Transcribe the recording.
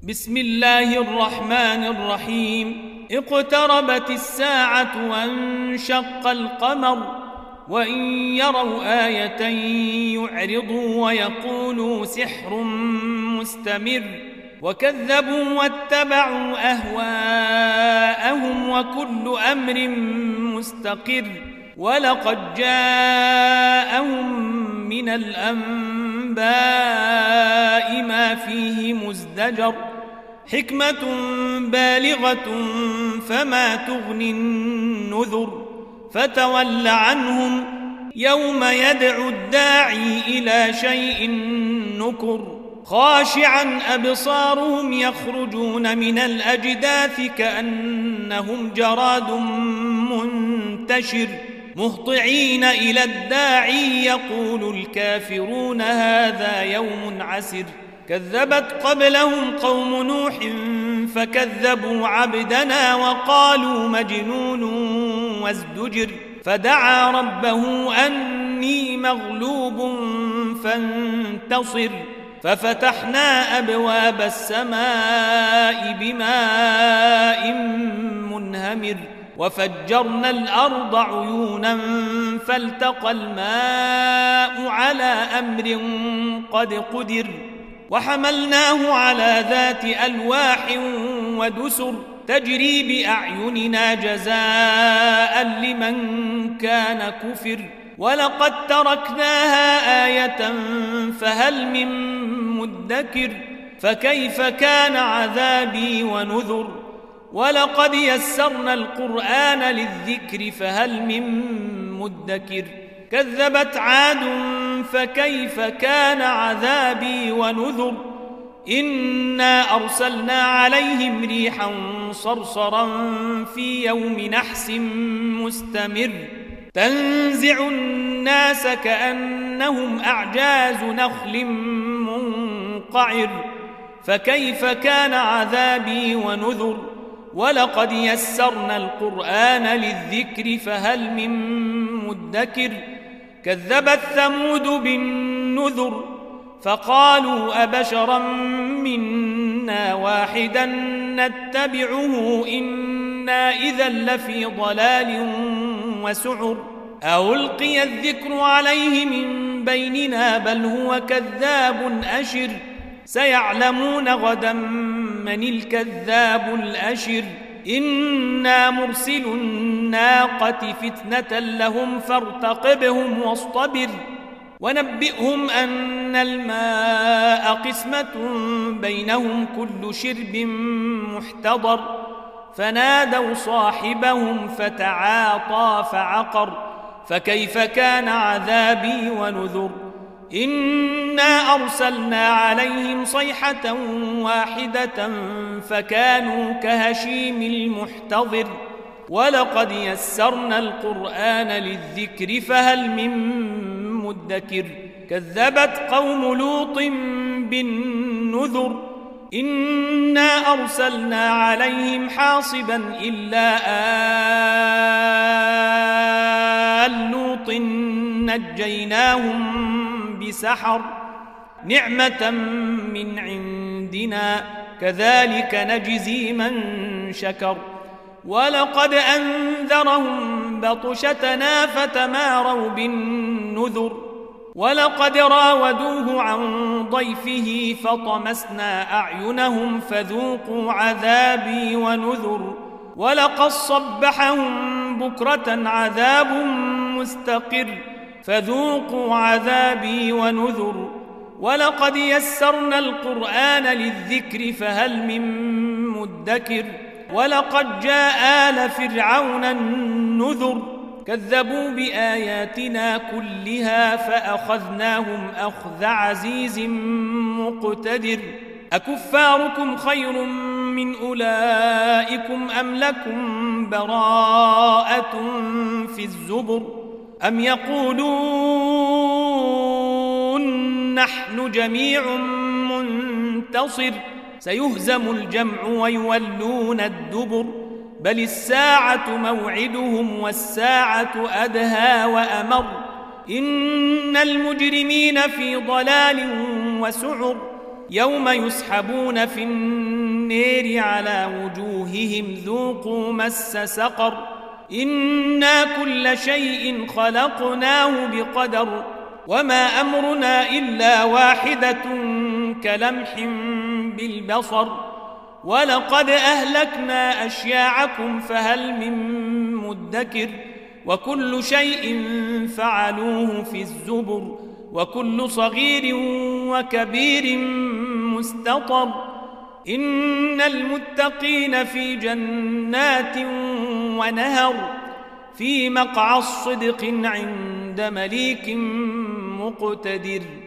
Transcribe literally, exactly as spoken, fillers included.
بسم الله الرحمن الرحيم. اقتربت الساعة وانشق القمر وإن يروا آية يعرضوا ويقولوا سحر مستمر وكذبوا واتبعوا أهواءهم وكل أمر مستقر ولقد جاءهم من الأنباء ما فيه مزدجر حكمة بالغة فما تغني النذر فتول عنهم يوم يدعو الداعي إلى شيء نكر خاشعا أبصارهم يخرجون من الأجداث كأنهم جراد منتشر مهطعين إلى الداعي يقول الكافرون هذا يوم عسر كذبت قبلهم قوم نوح فكذبوا عبدنا وقالوا مجنون وازدجر فدعا ربه أني مغلوب فانتصر ففتحنا أبواب السماء بماء منهمر وفجرنا الأرض عيونا فالتقى الماء على أمر قد قدر وحملناه على ذات ألواح ودسر تجري بأعيننا جزاء لمن كان كفر ولقد تركناها آية فهل من مدكر فكيف كان عذابي ونذر ولقد يسرنا القرآن للذكر فهل من مدكر كذبت عاد فكيف كان عذابي ونذر إنا أرسلنا عليهم ريحا صرصرا في يوم نحس مستمر تنزع الناس كأنهم أعجاز نخل منقعر فكيف كان عذابي ونذر ولقد يسرنا القرآن للذكر فهل من مدكر كذبت ثمود بالنذر فقالوا أبشرا منا واحدا نتبعه إنا إذا لفي ضلال وسعر ألقي الذكر عليه من بيننا بل هو كذاب أشر سيعلمون غدا من الكذاب الأشر إنا مرسل الناقة فتنة لهم فارتقبهم واصطبر ونبئهم أن الماء قسمة بينهم كل شرب محتضر فنادوا صاحبهم فتعاطى فعقر فكيف كان عذابي ونذر إنا أرسلنا عليهم صيحة واحدة فكانوا كهشيم المحتضر ولقد يسرنا القرآن للذكر فهل من مدكر كذبت قوم لوط بالنذر إنا أرسلنا عليهم حاصبا إلا آل لوط نجيناهم بسحر نعمة من عندنا كذلك نجزي من شكر ولقد أنذرهم بطشتنا فتماروا بالنذر ولقد راودوه عن ضيفه فطمسنا أعينهم فذوقوا عذابي ونذر ولقد صبحهم بكرة عذاب مستقر فذوقوا عذابي ونذر ولقد يسرنا القرآن للذكر فهل من مدكر ولقد جاء آل فرعون النذر كذبوا بآياتنا كلها فأخذناهم أخذ عزيز مقتدر أكفاركم خير من أولئكم أم لكم براءة في الزبر أم يقولون نحن جميع منتصر سيهزم الجمع ويولون الدبر بل الساعة موعدهم والساعة أدهى وأمر إن المجرمين في ضلال وسعر يوم يسحبون في النير على وجوههم ذوقوا مس سقر إنا كل شيء خلقناه بقدر وما أمرنا إلا واحدة كلمح بالبصر ولقد أهلكنا أشياعكم فهل من مدكر وكل شيء فعلوه في الزبر وكل صغير وكبير مستطر إن المتقين في جنات ونهر في مقعد صدق عند مليك مقتدر.